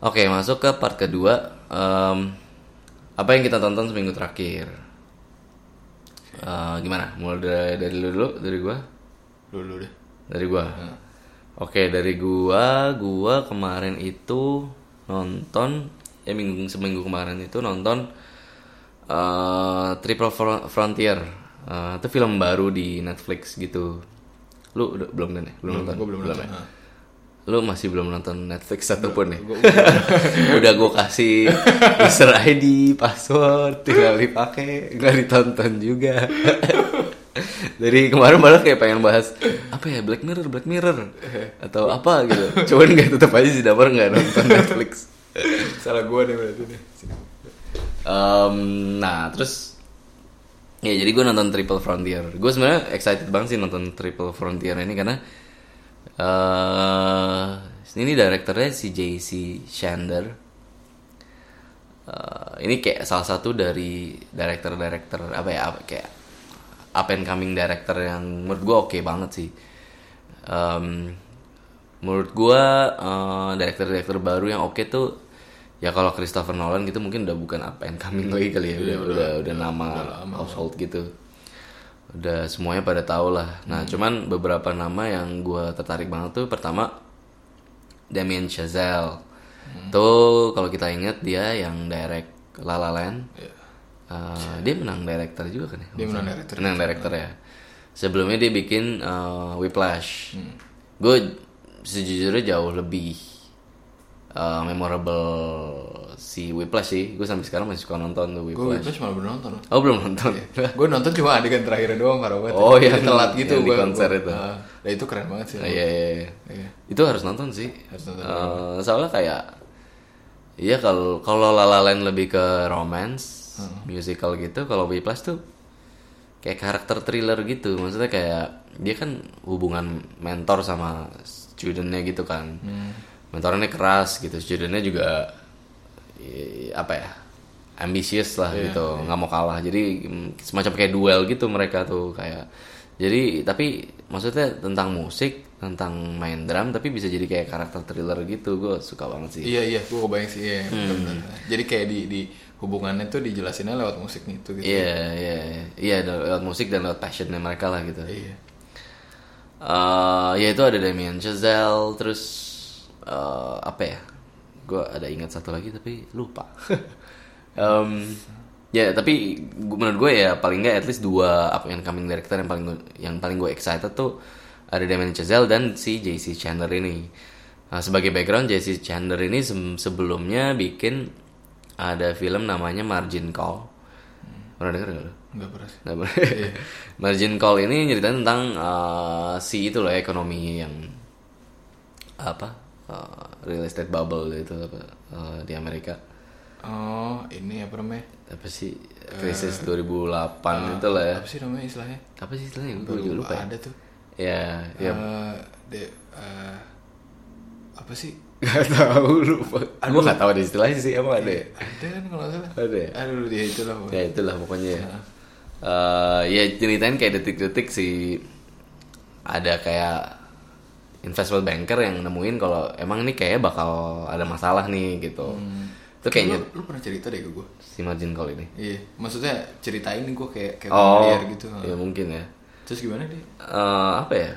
Oke, masuk ke part kedua. Apa yang kita tonton seminggu terakhir? Gimana? Mulai dari lu dulu, dari gua? Dulu deh. Dari gua. Oke, dari gua kemarin itu nonton seminggu kemarin itu nonton Triple Frontier. Itu film baru di Netflix gitu. Lu belum kan ya? Belum nonton? Gue belum nonton. Ya? Lu masih belum nonton Netflix satupun ya? Udah gue kasih user ID, password, tinggal dipakai, nggak ditonton juga. Dari kemarin malah kayak pengen bahas apa ya, Black Mirror atau apa gitu. Cuman nggak, tetap aja si Damar nggak nonton Netflix. Salah gue nih berarti nih. Nah terus ya jadi gue nonton Triple Frontier. Gue sebenarnya excited banget sih nonton Triple Frontier ini karena ini direkturnya si J.C. Chandler. Ini kayak salah satu dari director kayak up and coming director yang menurut gue oke banget sih. Menurut gue director baru yang oke tuh ya kalau Christopher Nolan gitu mungkin udah bukan up and coming lagi kali ya, udah nama household gitu. Udah semuanya pada tahu lah. Nah, cuman beberapa nama yang gue tertarik banget tuh pertama Damien Chazelle. Tuh kalau kita ingat dia yang direct La La Land. Dia menang director juga kan ya? Dia menang director ya. Sebelumnya dia bikin Whiplash. Gue sejujurnya jauh lebih memorable si Whiplash sih. Gue sampai sekarang masih suka nonton tuh Whiplash. Gue Whiplash malah belum nonton. Oh belum nonton. Gue nonton cuma adegan terakhirnya doang, parah banget. Oh iya, telat gitu di konser itu. Nah itu keren banget sih. Iya. Itu harus nonton sih. Harus nonton. Soalnya kayak iya kalau La La Land lebih ke romance, musical gitu. Kalau Whiplash tuh kayak karakter thriller gitu. Maksudnya kayak dia kan hubungan mentor sama studentnya gitu kan. Mentornya keras gitu, studentnya juga apa ya, ambisius lah gitu, nggak mau kalah. Jadi semacam kayak duel gitu mereka tuh kayak. Jadi tapi maksudnya tentang musik, tentang main drum, tapi bisa jadi kayak karakter thriller gitu. Gue suka banget sih. Iya, gue kebayang sih. Iya, benar. Jadi kayak di hubungannya tuh dijelasinnya lewat musik gitu. Iya, lewat musik dan lewat passionnya mereka lah gitu. Iya. Ya itu ada Damien Chazelle, terus apa ya? Gue ada ingat satu lagi tapi lupa. Ya tapi menurut gue ya paling nggak at least dua up and coming director yang paling gue excited tuh ada Damien Chazelle dan si J.C. Chandler ini. Nah, sebagai background, J.C. Chandler ini sebelumnya bikin ada film namanya Margin Call. Pernah denger nggak lo? Nggak pernah. Iya. Margin Call ini nyeritain tentang si itu loh, ekonomi yang apa? Real estate bubble gitu di Amerika. Oh, ini apa namanya? Apa sih krisis 2008 itu lah ya. Apa sih namanya istilahnya? Apa sih istilahnya? Gue juga lupa. Ada tuh. Ya. Apa sih? Gak tahu, lupa. Gue gak tahu ada istilahnya sih, emang ada ya? Ada kan kalau nggak salah. Ada ya? Aduh, dia itulah. Ya itulah pokoknya ya. Ya ceritain kayak detik-detik sih. Ada kayak investment banker yang nemuin kalau emang ini kayaknya bakal ada masalah nih gitu. Itu kayaknya lu pernah cerita deh ke gue. Si Margin Call ini. Iya, maksudnya ceritain gue kayak familiar gitu. Ya mungkin ya. Terus gimana dia? Apa ya?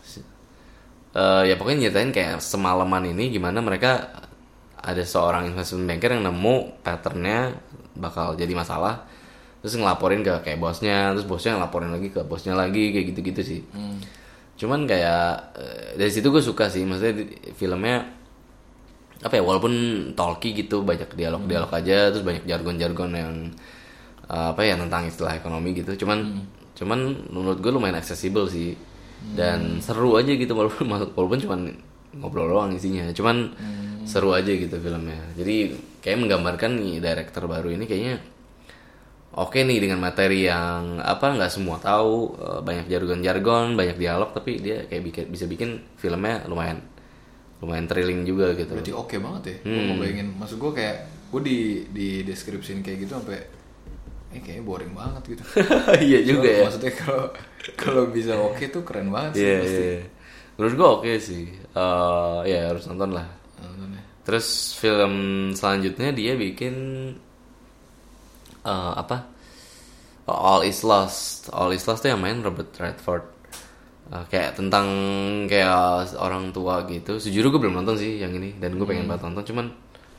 Ya pokoknya nyeritain kayak semalaman ini gimana mereka ada seorang investment banker yang nemu patternnya bakal jadi masalah, terus ngelaporin ke kayak bosnya, terus bosnya ngelaporin lagi ke bosnya lagi, kayak gitu-gitu sih. Cuman kayak dari situ gue suka sih, maksudnya filmnya apa ya, walaupun talky gitu, banyak dialog aja, terus banyak jargon-jargon yang apa ya tentang istilah ekonomi gitu. Cuman menurut gue lumayan accessible sih dan seru aja gitu, walaupun cuman ngobrol doang isinya, cuman seru aja gitu filmnya. Jadi kayak menggambarkan nih director baru ini kayaknya oke nih dengan materi yang apa nggak semua tahu, banyak jargon, banyak dialog, tapi dia kayak bisa bikin filmnya lumayan thrilling juga gitu. Berarti oke banget ya. Gue mau bayangin, maksud gue kayak gue di deskripsiin kayak gitu sampai kayaknya boring banget gitu. Iya juga ya. Maksudnya kalau bisa oke tuh keren banget sih pasti. Menurut gue oke sih. Ya harus nonton lah. Terus film selanjutnya dia bikin apa? All Is Lost. All Is Lost tuh yang main Robert Redford. Kayak tentang kayak orang tua gitu. Sejujurnya gue belum nonton sih yang ini dan gue pengen banget nonton, cuman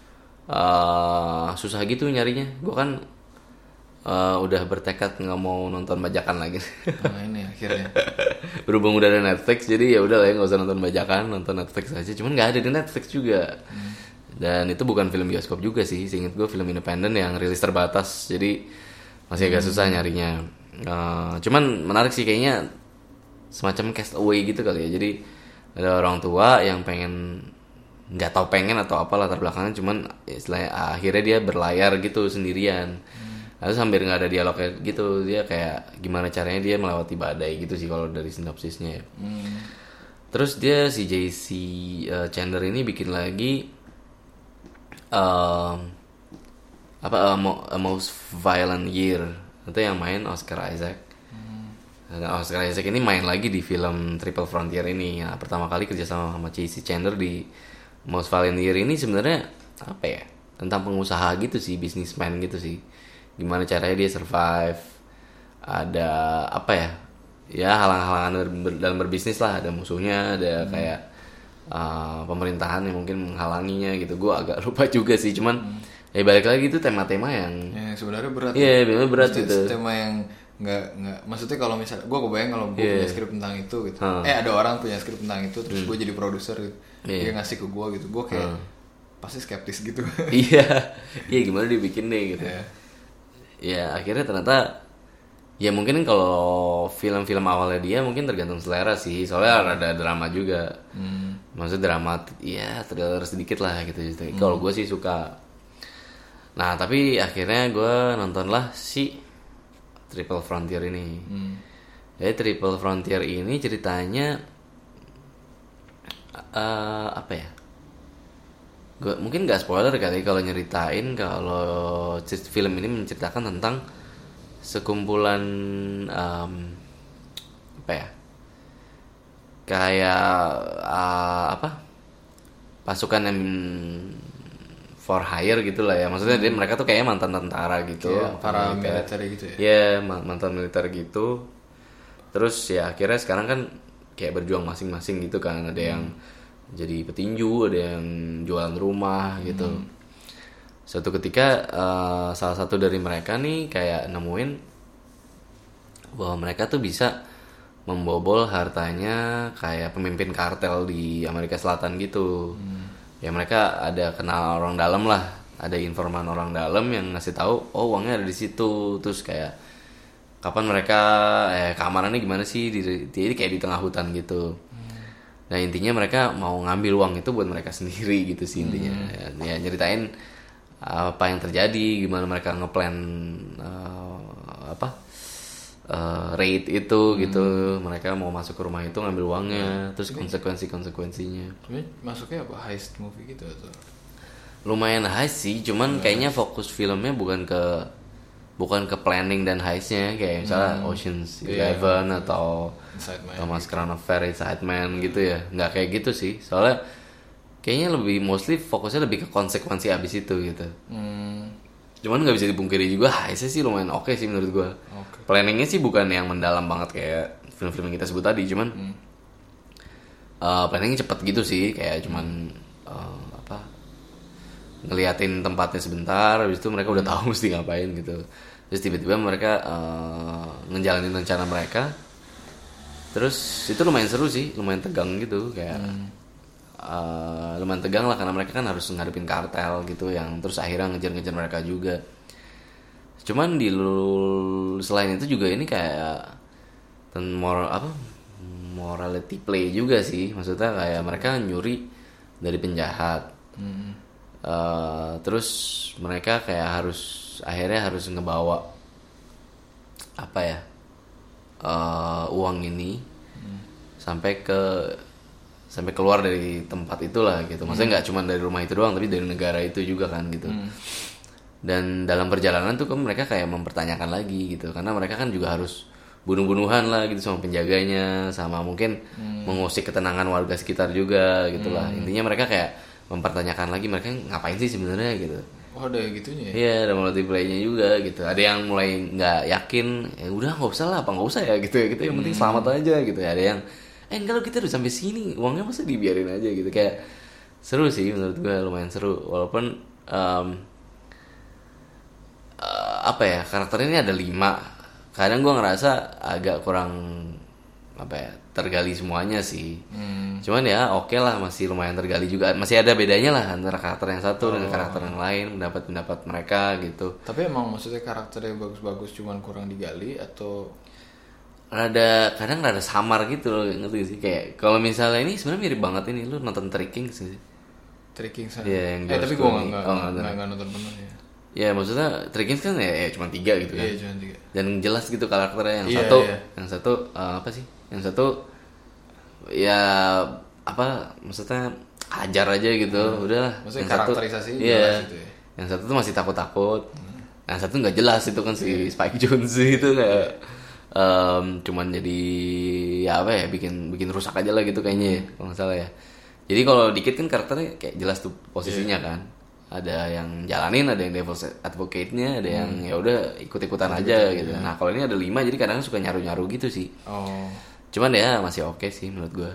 susah gitu nyarinya. Gue kan udah bertekad nggak mau nonton bajakan lagi. Nah ini akhirnya. Berhubung udah ada Netflix, jadi ya udah lah ya nggak usah nonton bajakan, nonton Netflix aja. Cuman nggak ada di Netflix juga. Dan itu bukan film bioskop juga sih. Seingat gue film independen yang rilis terbatas. Jadi masih agak susah nyarinya. Cuman menarik sih kayaknya, semacam castaway gitu kali ya. Jadi ada orang tua yang pengen, nggak tahu pengen atau apa latar belakangnya, cuman istilahnya akhirnya dia berlayar gitu sendirian. Lalu sambil nggak ada dialog kayak gitu, dia kayak gimana caranya dia melewati badai gitu sih kalau dari sinopsisnya ya. Terus dia si JC Chandler ini bikin lagi A Most Violent Year, itu yang main Oscar Isaac. Nah, Oscar Isaac ini main lagi di film Triple Frontier ini. Nah, pertama kali kerjasama sama JC Chandler di Most Violent Year ini sebenarnya apa ya? Tentang pengusaha gitu sih, businessman gitu sih. Gimana caranya dia survive, ada apa ya, ya halang-halangan dalam berbisnis lah, ada musuhnya, ada kayak pemerintahan yang mungkin menghalanginya gitu. Gue agak lupa juga sih, cuman balik lagi itu tema-tema yang sebenarnya berat. Iya, benar berat gitu. Tema yang nggak maksudnya kalau misalnya gue kebayang kalau gue punya skrip tentang itu gitu. Ada orang punya skrip tentang itu, terus gue jadi produser gitu. Dia ngasih ke gue gitu, gue kayak pasti skeptis gitu. Iya gimana dibikin deh gitu. Ya akhirnya ternyata ya mungkin kalau film-film awalnya dia mungkin tergantung selera sih, soalnya ada drama juga. Maksudnya drama ya thriller sedikit lah gitu. Kalau gue sih suka. Nah tapi akhirnya gue nontonlah si Triple Frontier ini. Jadi Triple Frontier ini ceritanya apa ya? Gue mungkin nggak spoiler kali kalau nyeritain kalau film ini menceritakan tentang sekumpulan apa ya, kayak apa, pasukan yang for hire gitulah ya, maksudnya dia mereka tuh kayaknya mantan tentara gitu, para militer gitu ya. Iya, mantan militer gitu. Terus ya akhirnya sekarang kan kayak berjuang masing-masing gitu kan, ada yang jadi petinju, ada yang jualan rumah gitu. Suatu ketika salah satu dari mereka nih kayak nemuin bahwa mereka tuh bisa membobol hartanya kayak pemimpin kartel di Amerika Selatan gitu. Ya mereka ada kenal orang dalam lah, ada informan orang dalam yang ngasih tahu, oh uangnya ada di situ. Terus kayak kapan mereka keamanannya gimana sih, jadi kayak di tengah hutan gitu. Nah intinya mereka mau ngambil uang itu buat mereka sendiri gitu sih intinya. Ya nyeritain apa yang terjadi, gimana mereka ngeplan raid itu gitu. Mereka mau masuk ke rumah itu ngambil uangnya, terus konsekuensinya. Masuknya apa, heist movie gitu atau? Lumayan heist sih, cuman kayaknya fokus filmnya bukan ke planning dan heistnya, kayak misalnya Ocean's 11 atau Thomas Crown Affair, Inside Man gitu ya, nggak kayak gitu sih. Soalnya kayaknya lebih mostly fokusnya lebih ke konsekuensi abis itu gitu. Cuman nggak bisa dipungkiri juga, heistnya sih lumayan oke sih menurut gue. Planningnya sih bukan yang mendalam banget kayak film-film yang kita sebut tadi, cuman planningnya cepet gitu sih, kayak cuman ngeliatin tempatnya sebentar, habis itu mereka udah tahu mesti ngapain gitu. Terus tiba-tiba mereka ngejalanin rencana mereka. Terus itu lumayan seru sih, lumayan tegang gitu, kayak lumayan tegang lah karena mereka kan harus ngadepin kartel gitu yang terus akhirnya ngejar-ngejar mereka juga. Cuman selain itu juga ini kayak morality play juga sih, maksudnya kayak mereka nyuri dari penjahat. Terus mereka kayak akhirnya harus ngebawa apa ya, uang ini sampai keluar dari tempat itulah gitu. Maksudnya nggak cuma dari rumah itu doang, tapi dari negara itu juga kan gitu. Dan dalam perjalanan tuh kan mereka kayak mempertanyakan lagi gitu, karena mereka kan juga harus bunuh-bunuhan lah gitu sama penjaganya, sama mungkin mengusik ketenangan warga sekitar juga gitulah. Intinya mereka kayak mempertanyakan lagi mereka ngapain sih sebenarnya gitu. Oh, ada gitunya ya? Iya, ada multiplaynya juga gitu. Ada yang mulai nggak yakin, ya udah nggak usah lah, apa nggak usah ya gitu ya. Gitu yang penting selamat aja gitu. Ada yang, kalau kita udah sampai sini, uangnya masa dibiarin aja gitu. Kayak seru sih menurut gue, lumayan seru. Walaupun apa ya, karakternya ini ada 5. Kadang gue ngerasa agak kurang tergali semuanya sih. Cuman ya oke lah, masih lumayan tergali juga. Masih ada bedanya lah antara karakter yang satu dengan karakter yang lain, pendapat mereka gitu. Tapi emang maksudnya karakternya bagus-bagus cuman kurang digali atau kadang rada samar gitu loh, ngerti sih? Kayak kalau misalnya ini sebenarnya mirip banget ini, lu nonton Tricking sih? Tricking sama. Iya, Tapi gue nggak nonton penuh ya. Ya maksudnya Tricking kan ya cuma 3 gitu kan. Iya, cuma 3. Dan jelas gitu karakternya. Yang satu apa sih? Yang satu ya maksudnya ajar aja gitu. Udah. Maksudnya yang karakterisasi satu, iya. Gitu ya. Yang satu tuh masih takut-takut. Yang satu nggak jelas itu kan si Spike Jonze itu kayak cuman jadi ya bikin rusak aja lah gitu kayaknya ya, kalau nggak salah ya. Jadi kalau dikit kan karakternya kayak jelas tuh posisinya kan. Ada yang jalanin, ada yang devil's advocate-nya, ada yang ya udah ikut-ikutan aja gitu. Ya. Nah, kalau ini ada 5 jadi kadang suka nyaru-nyaru gitu sih. Oh. Cuman ya masih oke sih menurut gue.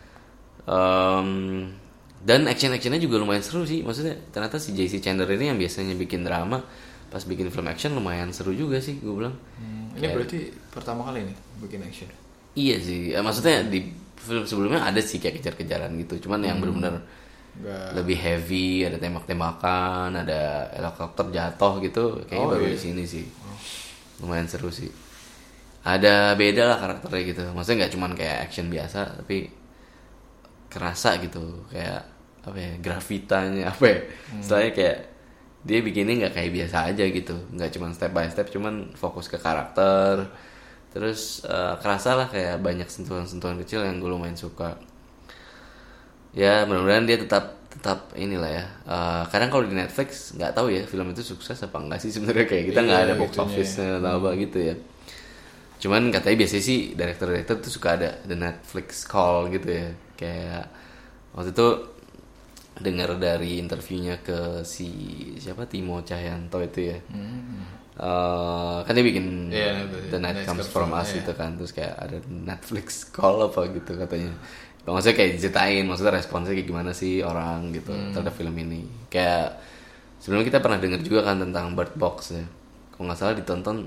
Dan action-actionnya juga lumayan seru sih. Maksudnya ternyata si J.C. Chandler ini yang biasanya bikin drama, pas bikin film action lumayan seru juga sih gue bilang. Ini berarti pertama kali nih bikin action? Iya sih. Maksudnya di film sebelumnya ada sih kayak kejar-kejaran gitu. Cuman yang benar-benar lebih heavy, ada tembak-tembakan, ada helikopter jatuh gitu, kayaknya baru di sini sih. Lumayan seru sih. Ada beda lah karakternya gitu. Maksudnya nggak cuman kayak action biasa, tapi kerasa gitu, kayak grafitanya Istilahnya kayak dia bikinnya nggak kayak biasa aja gitu, nggak cuman step by step, cuman fokus ke karakter. Terus kerasa lah kayak banyak sentuhan-sentuhan kecil yang gue lumayan suka. Ya mudah-mudahan dia tetap inilah ya. Kadang kalau di Netflix nggak tahu ya film itu sukses apa enggak sih sebenarnya, kayak kita nggak ada box office-nya atau apa gitu ya. Cuman katanya biasanya sih director tuh suka ada the Netflix call gitu ya. Kayak waktu itu dengar dari interviewnya ke siapa, Timo Cahyanto itu ya. Kan dia bikin The Night Comes From Us gitu kan. Terus kayak ada Netflix call apa gitu katanya. Maksudnya kayak diceritain, maksudnya responsnya kayak gimana sih orang gitu terhadap film ini. Kayak sebelumnya kita pernah dengar juga kan tentang Bird Box ya. Kalau nggak salah ditonton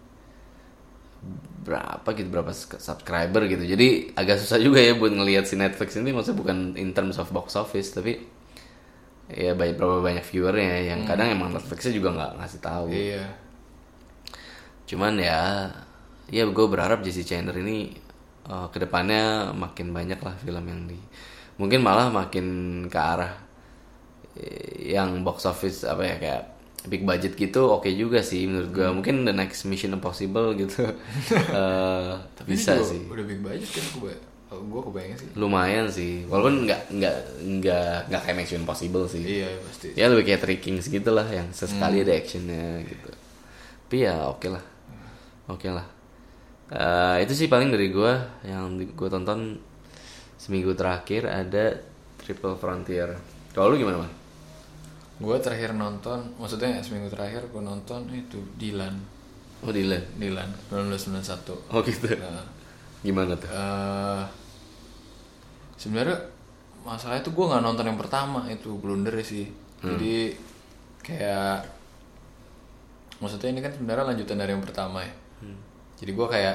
berapa subscriber gitu. Jadi agak susah juga ya buat ngelihat si Netflix ini. Maksudnya bukan in terms of box office, tapi ya berapa banyak viewernya yang kadang emang Netflixnya juga nggak ngasih tahu. Iya. Cuman ya gue berharap J.C. Chandler ini kedepannya makin banyak lah film yang mungkin malah makin ke arah yang box office kayak big budget gitu, oke juga sih menurut gue. Mungkin the next Mission Impossible gitu. Tapi bisa sih. Udah big budget kan gue kebayang sih. Lumayan sih, walaupun nggak kayak Mission Impossible sih. Iya pasti. Ya lebih kayak Trickings gitu lah, yang sesekali ada actionnya gitu. Tapi ya oke lah. Itu sih paling dari gue yang gue tonton seminggu terakhir. Ada Triple Frontier. Kalau lu gimana, Man? Gue terakhir nonton, maksudnya seminggu terakhir gue nonton itu Dylan. Oh, Dylan 1991. Oh gitu. Nah, gimana tuh? Sebenarnya masalah itu gue nggak nonton yang pertama, itu blunder sih. Jadi kayak maksudnya ini kan sebenarnya lanjutan dari yang pertama ya. Jadi gue kayak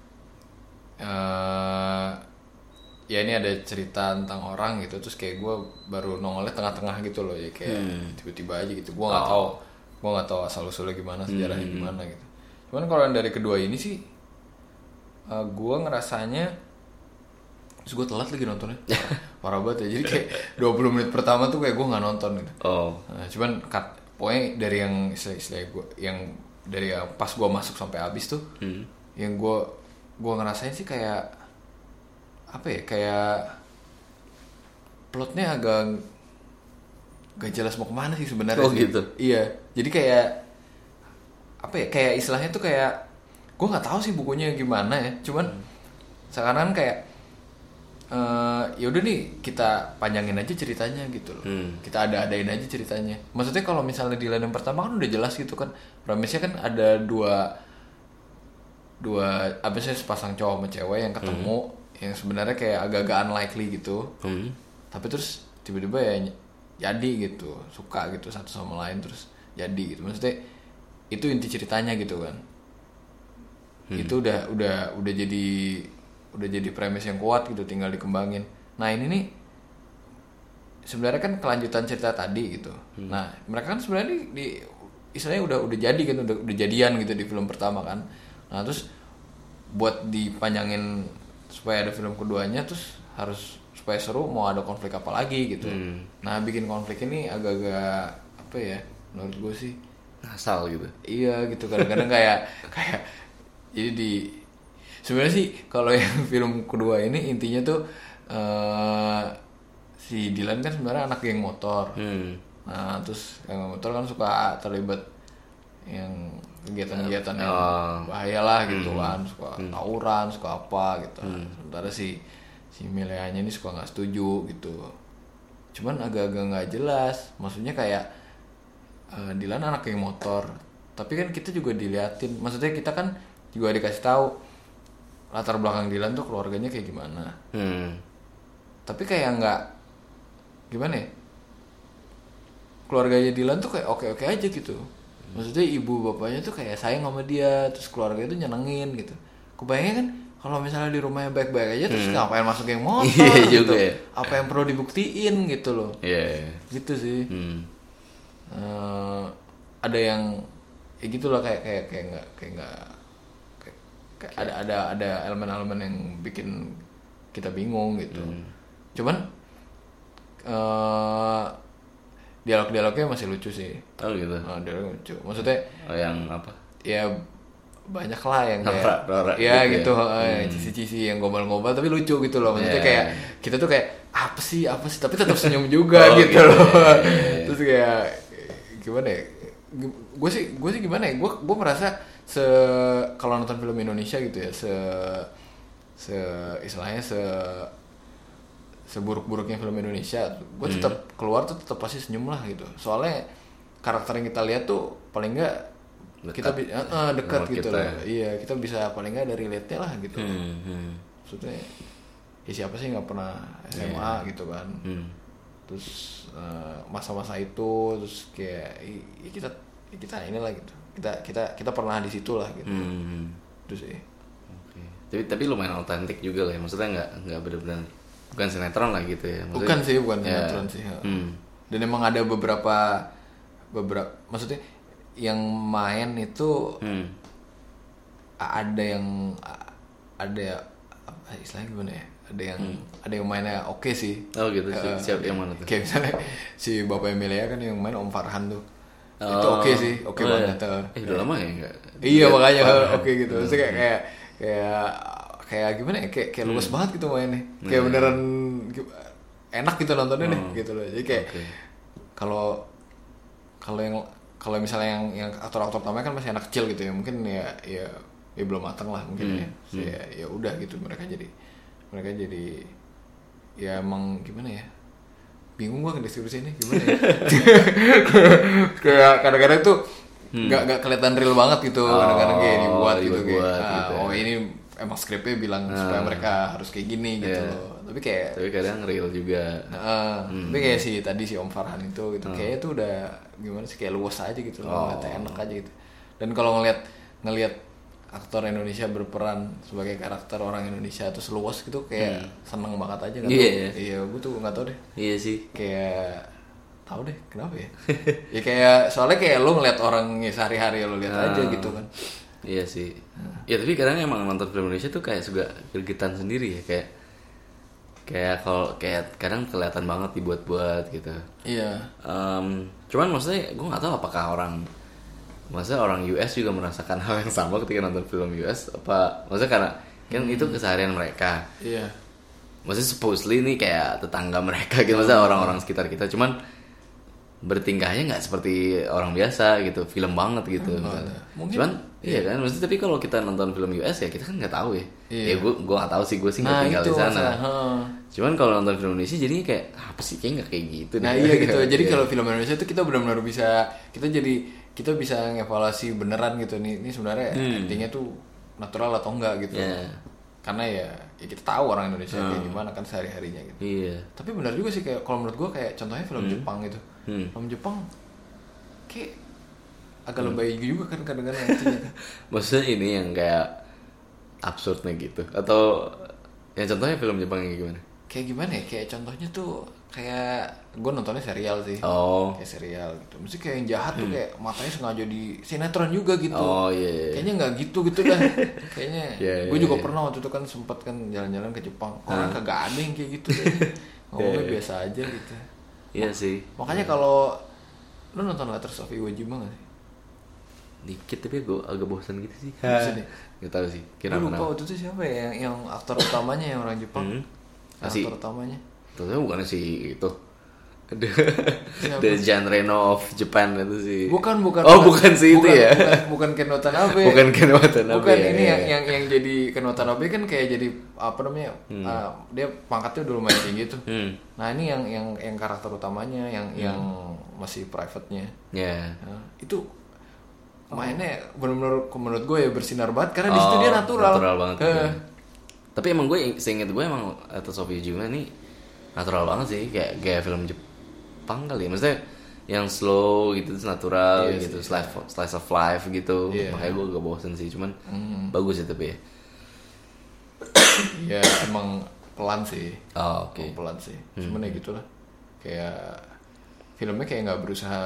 ya ini ada cerita tentang orang gitu, terus kayak gue baru nongolnya tengah-tengah gitu loh, ya kayak tiba-tiba aja gitu. Gue nggak tahu asal usulnya gimana, sejarahnya gimana gitu. Cuman kalau yang dari kedua ini sih gue ngerasanya, terus gue telat lagi nontonnya, parah banget ya. Jadi kayak 20 menit pertama tuh kayak gue nggak nonton gitu. Cuman pokoknya dari yang istilah gue, yang dari yang pas gue masuk sampai habis tuh, yang gue ngerasain sih kayak kayak plotnya agak gak jelas mau kemana sih sebenarnya. Gitu. Iya, jadi kayak kayak istilahnya tuh kayak gue nggak tahu sih bukunya gimana ya. Cuman sekarang kayak ya udah nih kita panjangin aja ceritanya gitu loh. Kita adain aja ceritanya. Maksudnya kalau misalnya Dylan yang pertama kan udah jelas gitu kan. Premisnya kan ada dua apa sih, sepasang cowok sama cewek yang ketemu yang sebenarnya kayak agak-agak unlikely gitu. Tapi terus tiba-tiba ya jadi gitu, suka gitu satu sama lain terus jadi gitu. Maksudnya itu inti ceritanya gitu kan. Itu udah jadi premis yang kuat gitu, tinggal dikembangin. Nah ini nih sebenarnya kan kelanjutan cerita tadi gitu. Nah mereka kan sebenarnya di istilahnya udah jadi kan, udah jadian gitu di film pertama kan. Nah terus buat dipanjangin supaya ada film keduanya, terus harus supaya seru, mau ada konflik apa lagi gitu. Nah bikin konflik ini agak-agak apa ya, menurut gue sih ngasal gitu. Iya gitu, kadang-kadang kayak jadi sebenarnya sih kalau yang film kedua ini intinya tuh si Dylan kan sebenarnya anak geng motor. Nah terus geng motor kan suka terlibat yang kegiatan-kegiatan yang bahaya lah gitu kan, suka tawuran, suka apa gitu. Sementara si Mileanya ini suka nggak setuju gitu. Cuman agak-agak nggak jelas, maksudnya kayak Dylan anak geng motor, tapi kan kita juga diliatin, maksudnya kita kan juga dikasih tahu latar belakang Dylan tuh keluarganya kayak gimana. Tapi kayak nggak gimana ya, keluarganya Dylan tuh kayak oke-oke aja gitu. Maksudnya ibu bapaknya tuh kayak sayang sama dia, terus keluarganya tuh nyenengin gitu. Kebayangnya kan kalau misalnya di rumahnya baik-baik aja, terus ngapain masuk geng motor gitu. Ya. Apa yang perlu dibuktiin gitu loh. Gitu sih. Ada yang ya gitulah, kayak ada elemen-elemen yang bikin kita bingung gitu. Cuman dialog-dialognya masih lucu sih. Oh gitu. Dialognya lucu. Maksudnya yang apa? Ya banyak lah yang kayak ya gitu, cici-cici yang gombal-gombal tapi lucu gitu loh. Maksudnya kayak kita tuh kayak apa sih tapi tetap senyum juga gitu loh. Terus kayak gimana ya? Gue sih gimana ya? Gue merasa kalau nonton film Indonesia gitu ya, istilahnya seburuk-buruknya film Indonesia, gue tetap keluar tuh tetap pasti senyum lah gitu. Soalnya karakter yang kita lihat tuh paling nggak kita dekat gitu loh. Iya, kita bisa paling nggak ada relate-nya lah gitu. Maksudnya ya siapa sih nggak pernah SMA gitu kan. Terus masa-masa itu terus kayak kita inilah gitu. Kita pernah di situ lah gitu. Terus sih. Tapi lumayan autentik juga lah ya. Maksudnya nggak benar-benar bukan sinetron lah gitu ya. Maksudnya, bukan sinetron sih. Dan emang ada beberapa maksudnya yang main itu ada istilahnya gimana ya? Ada yang mainnya oke sih. Oh gitu. Siapa yang mana tuh? Kayak misalnya si Bapak Emilia kan yang main Om Farhan tuh. Itu oke sih, oke banget. Udah lama ya enggak? Iya makanya oke gitu. Maksudnya kayak gimana ya? Kayak luas banget gitu mainnya. Kayak beneran enak gitu nontonnya nih gitu loh. Jadi kayak kalau misalnya yang aktor-aktor utamanya kan masih anak kecil gitu ya, mungkin ya belum matang lah mungkin ya udah gitu mereka jadi ya emang gimana ya, bingung gua deskripsi ini gimana ya. Kayak kadang-kadang tuh nggak kelihatan real banget gitu, kadang-kadang kayak dibuat gitu kayak oh ini emang skripnya bilang supaya mereka harus kayak gini gitu loh. Tapi kadang real juga. Tapi kayak si Om Farhan itu gitu, kayaknya tuh udah gimana sih, kayak luas aja gitu loh, enak aja gitu. Dan kalau ngelihat aktor Indonesia berperan sebagai karakter orang Indonesia terus luas gitu, kayak seneng banget aja kan. Iya, gue tuh nggak tahu deh. Iya sih. Kayak tahu deh kenapa ya. Ya kayak soalnya kayak lo ngeliat orangnya sehari-hari lo lihat aja gitu kan. Iya sih. Ya tapi kadang emang nonton film Indonesia tuh kayak juga gregetan sendiri ya, kayak kalau kayak kadang kelihatan banget dibuat-buat gitu. Iya. Cuman maksudnya gue nggak tahu apakah orang US juga merasakan hal yang sama ketika nonton film US, apa maksudnya karena kan itu keseharian mereka. Iya. Maksudnya supposedly ini kayak tetangga mereka gitu, maksudnya orang-orang sekitar kita. Cuman bertingkahnya nggak seperti orang biasa gitu, film banget gitu. Mungkin, cuman iya kan, maksudnya tapi kalau kita nonton film US ya kita kan nggak tahu ya. Ya gue nggak tahu sih, gue sih nggak tinggal di sana. Cuman kalau nonton film Indonesia jadinya kayak apa sih, kayak nggak kayak gitu. Nah iya gitu. Jadi kalau film Indonesia itu kita benar-benar bisa, kita bisa ngevaluasi beneran gitu nih sebenarnya actingnya tuh natural atau enggak gitu. Karena ya kita tahu orang Indonesia kayak gimana kan sehari-harinya gitu. Iya. Tapi benar juga sih, kayak kalau menurut gue kayak contohnya film Jepang gitu. Film Jepang kayak agak lebay juga kan kadang-kadang actingnya. Maksudnya ini yang kayak absurdnya gitu, atau yang contohnya film Jepang yang gimana? Kayak gimana ya? Kayak contohnya tuh kayak gue nontonnya serial sih. Kayak serial gitu. Mesti kayak yang jahat tuh kayak matanya sengaja di sinetron juga gitu. Kayaknya nggak gitu dah. Kayaknya gue juga pernah waktu itu kan sempat kan jalan-jalan ke Jepang. Orang kagak ada yang kayak gitu deh. Ngomongnya biasa aja gitu. Iya sih. Makanya kalau lu nonton Letters of Iwo Jima nggak sih? Dikit, tapi gue agak bosan gitu sih. Bosan ya? Gak tahu sih. Gue lupa waktu itu siapa ya yang aktor utamanya yang orang Jepang. Aktor utamanya. Ternyata bukan sih itu. The Jean Reno of Japan itu sih. Bukan. Oh, bukan sih itu ya. Bukan Ken Watanabe. Bukan Ken Watanabe. Bukan ini yang jadi Ken Watanabe kan kayak jadi apa namanya? Dia pangkatnya udah lumayan tinggi tuh. Nah, ini yang karakter utamanya yang masih private-nya. Nah, itu mainnya benar-benar menurut gue ya bersinar banget karena di situ dia natural banget. Tapi emang gue seinget gue emang Letters of Iwo Jima ini natural banget sih, kayak film Jepang kali ya, maksudnya yang slow gitu, natural gitu, slice of life gitu. Makanya gue gak bosen sih, cuman bagus ya tapi ya. Ya emang pelan sih. Oke. Pelan sih. Cuman ya gitulah. Kayak filmnya kayak nggak berusaha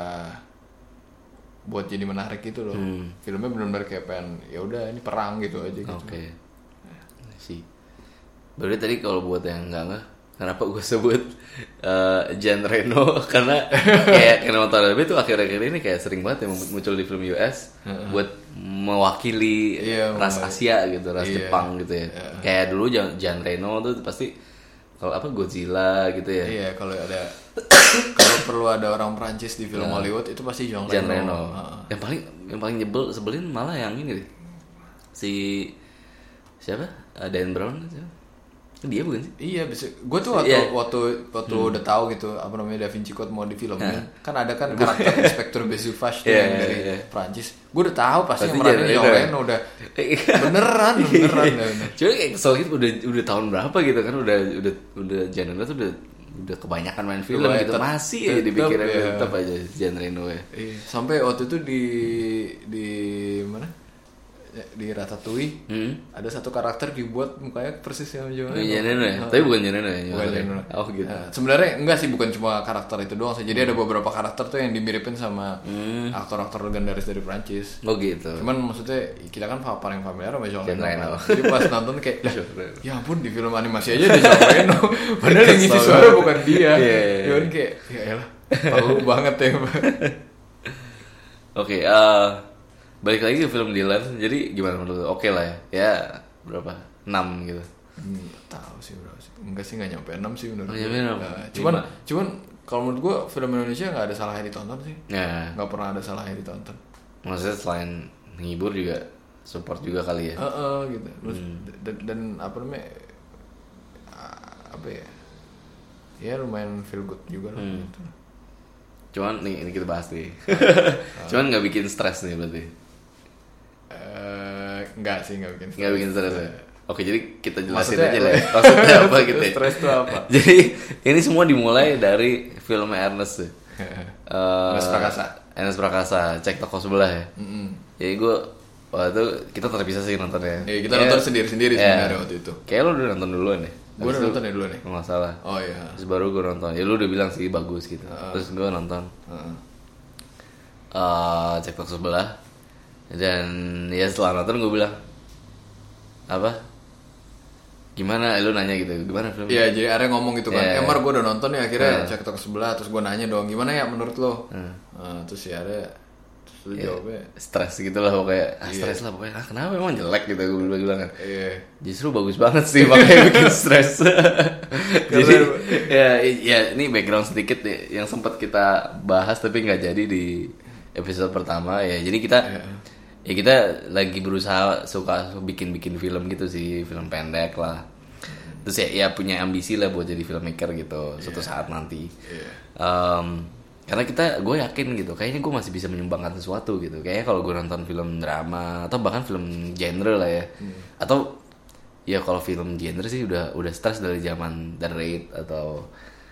buat jadi menarik gitu loh. Filmnya benar-benar kayak pengen ya udah ini perang gitu aja gitu. Oke. Sih. Berarti tadi kalau buat yang enggak, kenapa gue sebut Jean Reno karena kayak Ken Watanabe itu akhir-akhir ini kayak sering banget yang muncul di film US buat mewakili ras Asia gitu, ras Jepang gitu ya. Kayak dulu Jean Reno tuh pasti kalau apa Godzilla gitu ya. Iya, kalau perlu ada orang Prancis di film Hollywood itu pasti Jean Reno. Yang paling sebelin malah yang ini deh. Si siapa? Dan Brown siapa? Dia bukan sih? Iya, bisa. Gue tuh waktu udah tahu gitu apa namanya Da Vinci Code mau difilmin. Kan ada kan karakter Inspektur Besufage tuh yang dari Prancis. Gue udah tahu pasti yang meranin Jean Reno udah beneran. Cuma kayak kesel gitu udah tahun berapa gitu kan udah Jean Reno tuh udah kebanyakan main film gitu masih ya dipikirin tetap aja Jean Reno ya. Sampai waktu itu di mana? Di Ratatouille ada satu karakter dibuat mukanya persis sama Jean Reno ya? Tapi bukan Jean Reno ya? Bukan Jean Reno. Oh gitu. Sebenarnya enggak sih, bukan cuma karakter itu doang sih. Jadi ada beberapa karakter tuh yang dimiripin sama aktor-aktor legendaris dari Prancis. Oh gitu. Cuman maksudnya kita kan paling familiar sama Jean Reno. Jadi pas nonton kayak ya ampun, di film animasi aja ada Jean Reno. Padahal yang ngisi suara bukan dia. Cuman kayak ya elah, tahu banget ya. Oke, balik lagi ke film Dylan. Jadi gimana menurut lu? Oke lah ya. Ya berapa? 6 gitu. Tahu sih berapa sih. Enggak sih, enggak nyampe 6 sih menurut gue. Cuman kalau menurut gue film Indonesia enggak ada salahnya ditonton sih. Enggak pernah ada salahnya ditonton. Maksudnya selain menghibur juga support juga kali ya. Gitu. Terus dan apa namanya? Apa ya? Ya lumayan feel good juga lah gitu. Cuman nih ini kita bahas nih. Cuman enggak bikin stres nih berarti. Enggak sih, enggak bikin stres ya. Oke, jadi kita jelasin aja lah. Maksudnya apa gitu ya? Stres itu apa? Jadi ini semua dimulai dari film Ernest ya. Ernest Prakasa, Cek Toko Sebelah ya. Jadi gue waktu itu kita terpisah sih nontonnya. Kita nonton sendiri-sendiri sebenarnya waktu itu. Kayak lu udah nonton duluan ya? Gue udah nonton ya duluan ya? Nggak salah. Oh iya. Terus baru gue nonton. Ya lu udah bilang sih bagus gitu. Terus gue nonton. Cek Toko Sebelah. Dan ya setelah nonton gue bilang apa? Gimana? Lu nanya gitu. Gimana filmnya? Iya, jadi Arya ngomong gitu kan. Emar gue udah nonton nih akhirnya Cek Toko Sebelah. Terus gue nanya dong, gimana ya menurut lo? Terus si Arya Terus ya, jawabnya stres gitu lah pokoknya. Stres lah pokoknya. Kenapa emang jelek gitu gue bilang kan. iya. Justru bagus banget sih makanya bikin stres. Jadi ya ini background sedikit yang sempat kita bahas tapi nggak jadi di episode pertama ya. Jadi kita ya kita lagi berusaha suka bikin film gitu sih, film pendek lah. Terus ya punya ambisi lah buat jadi filmmaker gitu suatu saat nanti. Karena gue yakin gitu, kayaknya gue masih bisa menyumbangkan sesuatu gitu. Kayaknya kalau gue nonton film drama atau bahkan film genre lah ya, atau ya kalau film genre sih udah stres dari zaman The Raid atau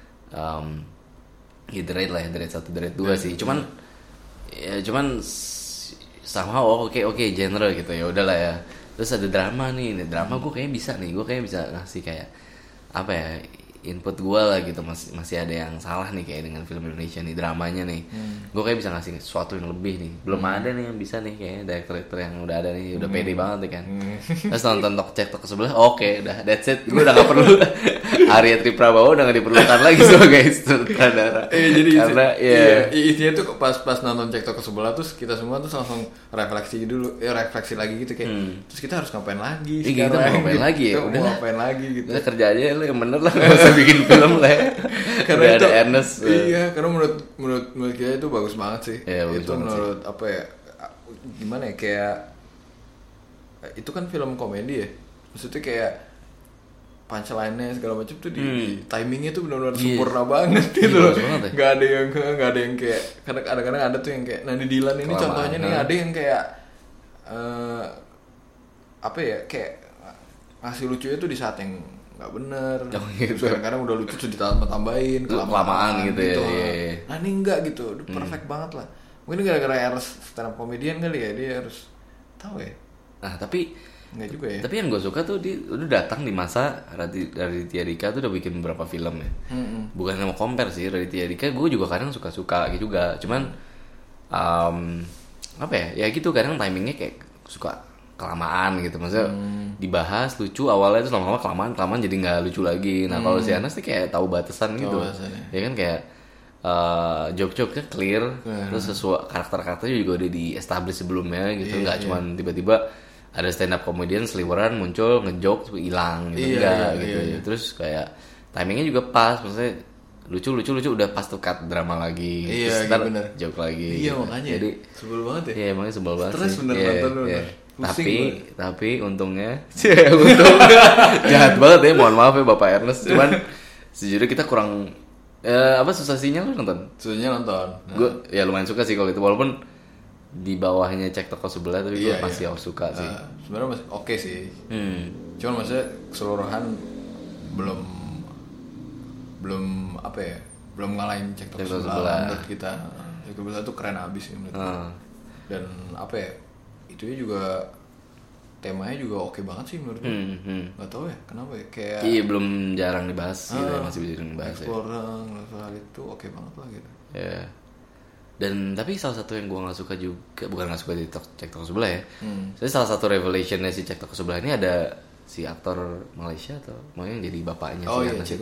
ya The Raid lah ya, The Raid 1, The Raid 2 sih. Cuman somehow oke genre gitu ya udahlah ya. Terus ada drama nih drama gue kayaknya bisa ngasih kayak apa ya, input gue lah gitu. Masih ada yang salah nih kayak dengan film Indonesia nih, dramanya nih. Gue kayak bisa ngasih sesuatu yang lebih nih. Belum ada nih yang bisa nih kayaknya director yang udah ada nih, udah pede banget nih kan. Terus nonton Cek Tok sebelah, oke, udah that's it. Gue udah gak perlu Arya Triprabowo udah gak diperlukan lagi sebagai sutradara. Jadi karena intinya tuh pas nonton Cek Tok sebelah terus kita semua tuh langsung refleksi lagi gitu kayak terus kita harus ngapain lagi sekarang? Kita mau ngapain lagi ya? Udah ngapain lagi gitu. Kita kerja aja lo yang bener lah, gak usah bikin film lah ya. Karena udah itu, ada Ernest. Iya, karena menurut kita itu bagus banget sih. Iya, itu menurut apa ya? Gimana ya, kayak itu kan film komedi ya. Maksudnya kayak punchline-nya segala macam tuh di timingnya tuh benar-benar sempurna banget gitu loh. Gak ada yang kayak kadang-kadang ada tuh yang kayak Nandi Dilan ini contohnya nih, ada yang kayak apa ya, kayak ngasih lucunya tuh di saat yang nggak bener. Gitu. Kadang-kadang udah lucu tuh ditambahin kelamaan gitu ya. Nah ini enggak gitu, udah perfect banget lah. Mungkin gara-gara harus stand up comedian kali ya, dia harus tahu ya. Nah tapi enggak juga ya. Tapi yang gue suka tuh dia udah datang di masa Raditya Dika tuh udah bikin beberapa film ya. Bukan mau compare sih, Raditya Dika gue juga kadang suka gitu juga. Cuman apa ya? Ya gitu, kadang timingnya kayak suka kelamaan gitu. Maksudnya dibahas lucu awalnya terus lama-lama kelamaan jadi nggak lucu lagi. Nah kalau si Anas nih kayak tahu batasan gitu. Ya kan kayak joke-joke-nya clear, terus sesuai karakter-karakternya juga udah di establish sebelumnya gitu. Nggak cuman tiba-tiba ada stand up comedian seliweran muncul ngejoke hilang gitu, gitu. Terus kayak timingnya juga pas, maksudnya lucu udah pas tuh cut drama lagi, terus ntar joke lagi. Iya gitu. Makanya jadi sebel banget ya. Iya emangnya sebel banget. Terus bener nonton lu. Tapi untungnya jahat banget ya, mohon maaf ya Bapak Ernest. Cuman sejujurnya kita kurang susah sinyal lu nonton. Susahnya nonton. Gue ya lumayan suka sih kalau itu, walaupun di bawahnya Cek Toko sebelah, tapi gue masih suka sih. Sebenarnya masih oke sih. Cuman maksudnya keseluruhan belum apa ya, belum ngalahin Cek Toko sebelah menurut kita. Cek Toko sebelah tuh keren abis sih menurut kita. Dan apa ya, itunya juga temanya juga oke banget sih menurut gue. Gak tau ya kenapa ya, kayak iya belum jarang dibahas gitu ya, masih bisa dibahas ya. Hal itu oke banget lah gitu. Ya. Dan tapi salah satu yang gue nggak suka juga, bukan nggak suka di Cek Toko sebelah ya. Jadi salah satu revelationnya si Cek Toko sebelah ini ada si aktor Malaysia atau mau yang jadi bapaknya si Anas itu.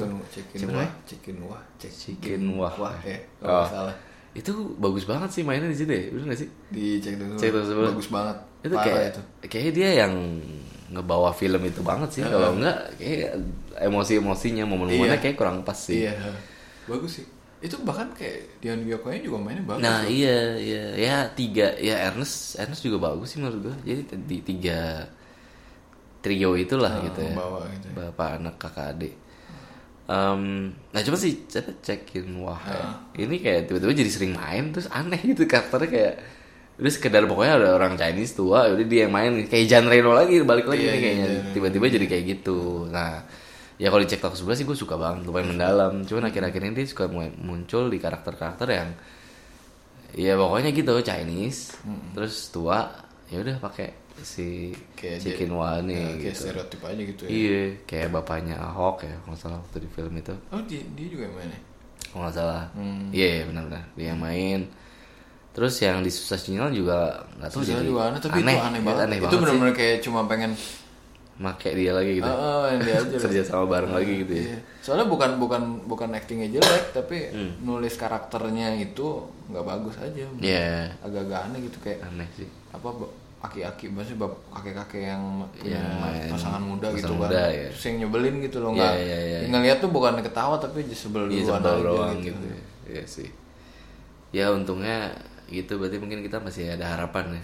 Cikin Wah. Kalau salah. Itu bagus banget sih mainnya di situ ya, bener nggak sih? Di Cek Toko sebelah bagus banget. Itu kayak dia yang ngebawa film itu banget sih. Kalau enggak kayak emosinya momen-momennya kayak kurang pas sih. Iya. Bagus sih. Itu bahkan kayak Dian Biokonya juga mainnya bagus. Nah loh. Iya ya tiga ya Ernest juga bagus sih menurut gue. Jadi di 3 trio itulah gitu ya. Gitu. Bapak anak kakak adik. Nah coba sih cekin Wah ini kayak tiba-tiba jadi sering main terus aneh gitu karakternya, kayak udah sekedar pokoknya ada orang Chinese tua udah dia yang main kayak Jean Reno lagi balik lagi nih kayaknya tiba-tiba jadi kayak gitu. Nah ya kalau di Cek Toko sebelah sih gue suka banget, lumayan mendalam. Cuman akhir-akhir ini dia suka muncul di karakter-karakter yang ya pokoknya gitu Chinese, terus tua, ya udah pakai si Cikin Wah nih kayak gitu. stereotip aja gitu ya. Iya, kayak bapaknya Ahok ya, kalau nggak salah waktu di film itu. Oh dia juga yang main ya? Kalau nggak salah. Iya benar-benar dia yang main. Terus yang di Susah Sinyal juga nggak tahu jadi tapi aneh, itu aneh banget. Itu benar-benar kayak cuma pengen make dia lagi gitu. Dia aja Kerja sama bareng lagi gitu ya. Iya. Soalnya bukan actingnya jelek, tapi nulis karakternya itu nggak bagus aja. Iya. Agak-agak aneh gitu, kayak Aneh sih. apa aki-aki, maksudnya kakek-kakek yang punya main pasangan muda gitu pasangan kan. muda, ya. Terus yang nyebelin gitu loh, Iya, nggak iya. ngeliat tuh bukan ketawa tapi just sebel Iya, duluan sebel aja doang gitu. gitu. Iya sih. Ya untungnya gitu, berarti mungkin kita masih ada harapan ya.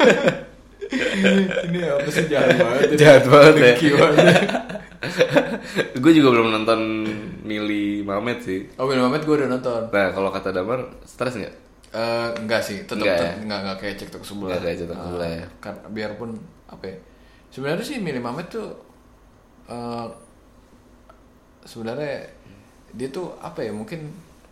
Ini apa sih, jahat banget. Jahat banget ya. Gimana? Gue juga belum nonton Mili Mamet sih. Oh, Mili Mamet gue udah nonton. Nah kalau kata Damar stres nggak? Enggak sih, tetap enggak kayak Cek Tok Sebelah. Nggak kayak Cek Tok Sebelah ya. Karena biarpun apa ya, sebenarnya sih Mili Mamet tuh sebenarnya dia tuh apa ya, mungkin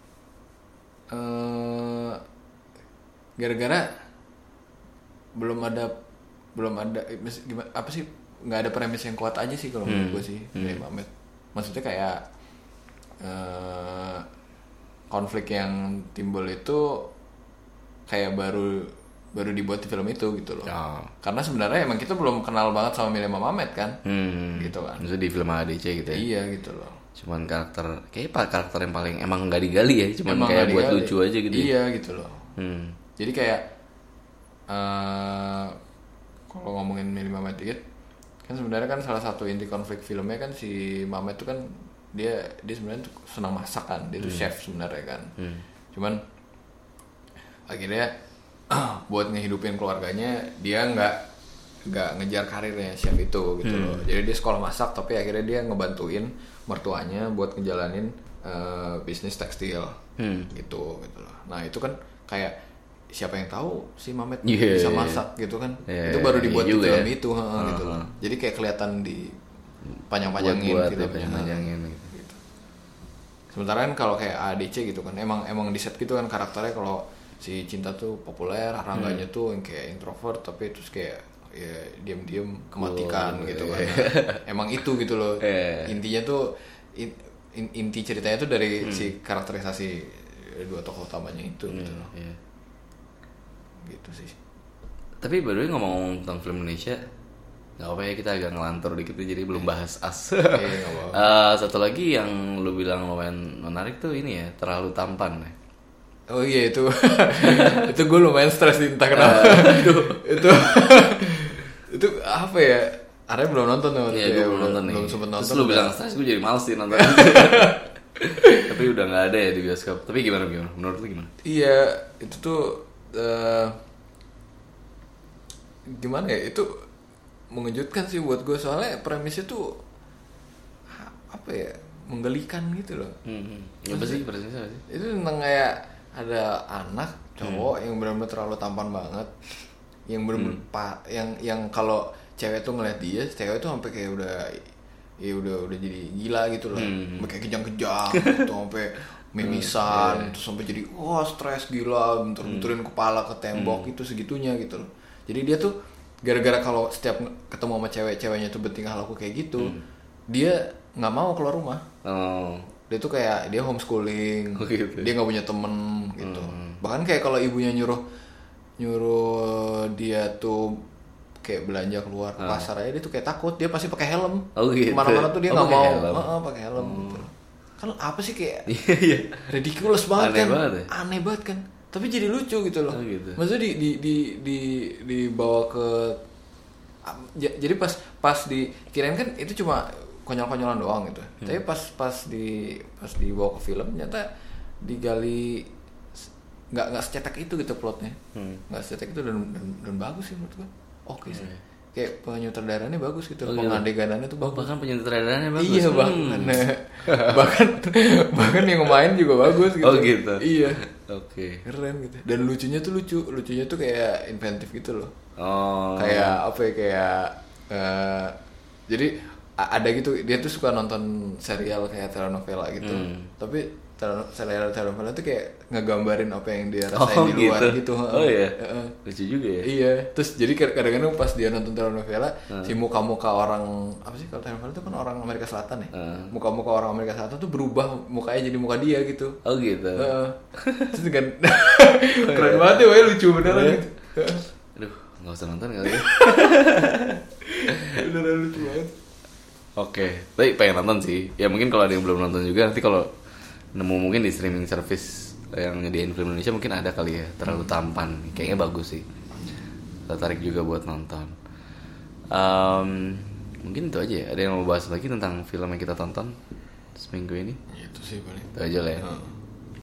gara-gara belum ada gimana, apa sih, nggak ada premis yang kuat aja sih kalau menurut gue sih. Mili Mamet maksudnya kayak konflik yang timbul itu kayak baru dibuat di film itu gitu loh. Karena sebenarnya emang kita belum kenal banget sama Mili Mamet kan, gitu kan. Maksudnya di film ADC gitu ya? Iya gitu loh. Cuman karakter yang paling emang nggak digali ya, cuman kayak buat lucu aja gitu. Iya gitu loh. Jadi kayak kalau ngomongin Mili Mamet dikit, kan sebenarnya kan salah satu inti konflik filmnya kan si Mamet tuh kan dia sebenarnya tuh senang masak kan, dia tuh chef sebenarnya kan. Cuman akhirnya buat ngehidupin keluarganya dia nggak ngejar karirnya chef itu gitu loh. Jadi dia sekolah masak tapi akhirnya dia ngebantuin mertuanya buat ngejalanin bisnis tekstil gitu loh. Nah itu kan kayak siapa yang tahu si Mamet bisa masak gitu kan. Itu baru dibuat di film itu gitu loh. Jadi kayak kelihatan di panjang-panjangin gitu, panjang-panjangin gitu. Sementara kan kalau kayak ADC gitu kan emang di set gitu kan karakternya, kalau si Cinta tuh populer, Rangganya tuh yang kayak introvert tapi terus kayak ya diam-diam kematikan gitu kan. Emang itu gitu loh. Intinya tuh inti ceritanya tuh dari si karakterisasi dua tokoh utamanya itu gitu loh. Gitu sih. Tapi by the way ngomong tentang film Indonesia, nggak apa ya, kita agak ngelantur dikit jadi belum bahas As. Satu lagi yang lu bilang lumayan menarik tuh ini ya, Terlalu Tampan. Oh iya itu itu gue lumayan stres entah kenapa. itu apa ya? Arya belum nonton tuh. Iya, gue belum nonton nih. Belum sempet nonton. Terus lu bilang stres, gue jadi males sih nonton. Tapi udah nggak ada ya di bioskop. Tapi gimana? Menurut lu gimana? Iya, itu tuh gimana ya? Itu mengejutkan sih buat gue, soalnya premisnya tuh apa ya, menggelikan gitu loh. Apa sih premisnya sih? Itu tentang kayak ada anak cowok yang benar-benar terlalu tampan banget, yang benar-benar yang kalau cewek tuh ngeliat dia, cewek tuh sampai kayak udah jadi gila gitu loh, kayak kejang-kejang gitu, sampai mimisan, terus sampai jadi stres gila, bentur-benturin kepala ke tembok itu segitunya gitu loh. Jadi dia tuh gara-gara kalau setiap ketemu sama ceweknya tuh bertingkah laku kayak gitu, dia nggak mau keluar rumah. Dia tuh kayak dia homeschooling, gitu. Dia nggak punya temen gitu. Bahkan kayak kalau ibunya nyuruh dia tuh kayak belanja keluar ke pasar aja, dia tuh kayak takut, dia pasti pakai helm. Gitu. Kemana-mana tuh dia nggak mau pakai helm gitu. Kan apa sih kayak ridiculous banget. Aneh banget kan. Tapi jadi lucu gitu loh. Gitu. Maksudnya dibawa ke, jadi pas dikirain kan itu cuma konyol-konyolan doang gitu. Tapi pas dibawa ke film ternyata digali nggak secetek itu gitu plotnya. Nggak secetek itu dan bagus sih menurut gue. Oke sih. Kayak penyutradarannya bagus gitu. Pengadeganannya tuh bagus. Bahkan penyutradarannya bagus. Iya bahkan yang main juga bagus gitu. Oh gitu. Iya. Oke. Keren gitu. Dan lucunya tuh kayak inventif gitu loh. Oh. Kayak apa ya, kayak jadi ada gitu, dia tuh suka nonton serial kayak telenovela gitu. Tapi serial telenovela tuh kayak ngegambarin apa yang dia rasain di luar gitu. Oh iya. Lucu juga ya. Iya. Terus jadi kadang-kadang pas dia nonton telenovela, si muka-muka orang apa sih, kalau telenovela itu kan orang Amerika Selatan ya. Muka-muka orang Amerika Selatan tuh berubah mukanya jadi muka dia gitu. Oh gitu. Terus kan keren banget ya, lucu beneran gitu. Aduh, nggak usah nonton kali ya. Beneran lucu banget. Oke, tapi pengen nonton sih. Ya mungkin kalau ada yang belum nonton juga nanti kalau nemu mungkin di streaming service yang nyediain film Indonesia mungkin ada kali ya. Terlalu tampan, kayaknya bagus sih. Tertarik juga buat nonton. Mungkin itu aja ya. Ada yang mau bahas lagi tentang film yang kita tonton seminggu ini? Itu sih paling. Itu aja lah ya.